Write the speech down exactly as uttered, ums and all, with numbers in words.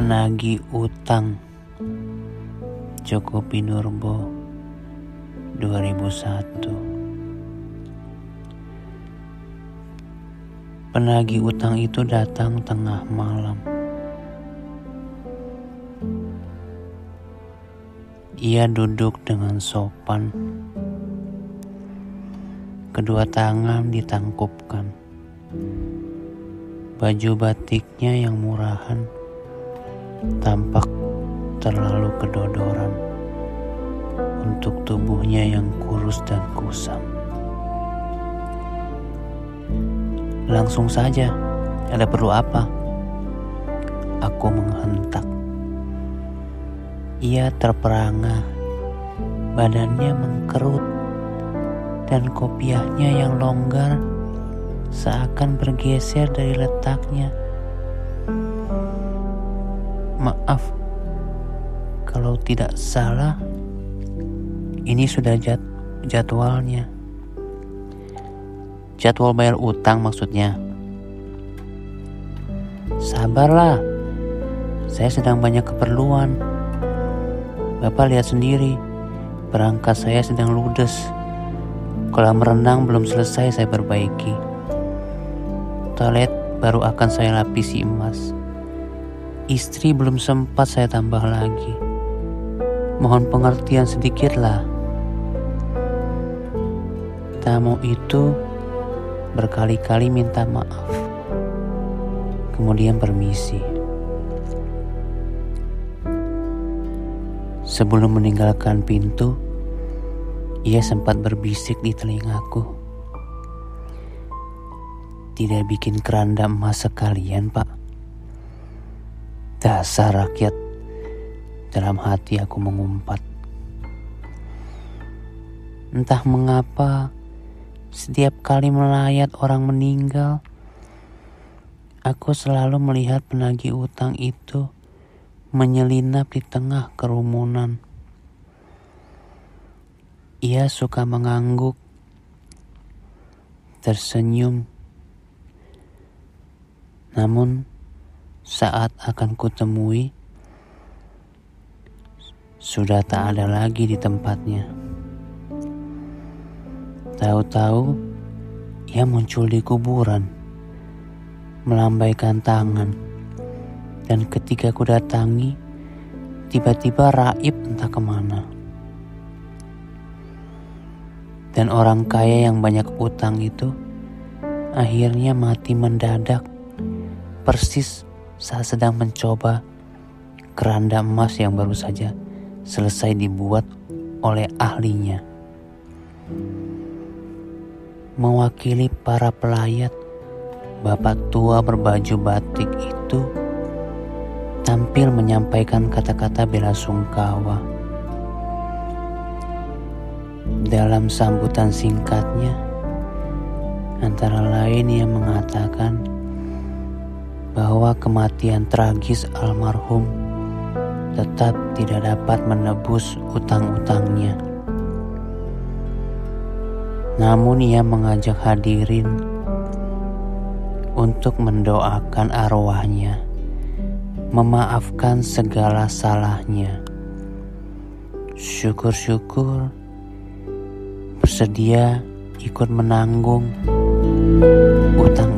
Penagih Utang, Joko Pinurbo, dua ribu satu. Penagih utang itu datang tengah malam. Ia duduk dengan sopan, kedua tangan ditangkupkan. Baju batiknya yang murahan tampak terlalu kedodoran untuk tubuhnya yang kurus dan kusam. Langsung saja, ada perlu apa? Aku menghentak. Ia terperangah, badannya mengkerut, dan kopiahnya yang longgar seakan bergeser dari letaknya. Maaf, kalau tidak salah, ini sudah jad, jadwalnya. Jadwal bayar utang maksudnya. Sabarlah, saya sedang banyak keperluan. Bapak lihat sendiri, perangkat saya sedang ludes. Kolam renang belum selesai saya perbaiki. Toilet baru akan saya lapisi emas. Istri belum sempat saya tambah lagi. Mohon pengertian sedikitlah. Tamu itu berkali-kali minta maaf, kemudian permisi. Sebelum meninggalkan pintu, ia sempat berbisik di telingaku. Tidak bikin keranda emas sekalian, Pak? Dasar rakyat, dalam hati aku mengumpat. Entah mengapa, setiap kali melayat orang meninggal, aku selalu melihat penagih utang itu menyelinap di tengah kerumunan. Ia suka mengangguk, tersenyum. Namun, saat akan kutemui, sudah tak ada lagi di tempatnya. Tahu-tahu, ia muncul di kuburan, melambaikan tangan, dan ketika ku datangi, tiba-tiba raib entah kemana. Dan orang kaya yang banyak utang itu akhirnya mati mendadak, persis saat sedang mencoba keranda emas yang baru saja selesai dibuat oleh ahlinya. Mewakili para pelayat, bapak tua berbaju batik itu tampil menyampaikan kata-kata bela sungkawa. Dalam sambutan singkatnya, antara lain ia mengatakan bahwa kematian tragis almarhum tetap tidak dapat menebus utang-utangnya. Namun ia mengajak hadirin untuk mendoakan arwahnya, memaafkan segala salahnya. Syukur-syukur bersedia ikut menanggung utang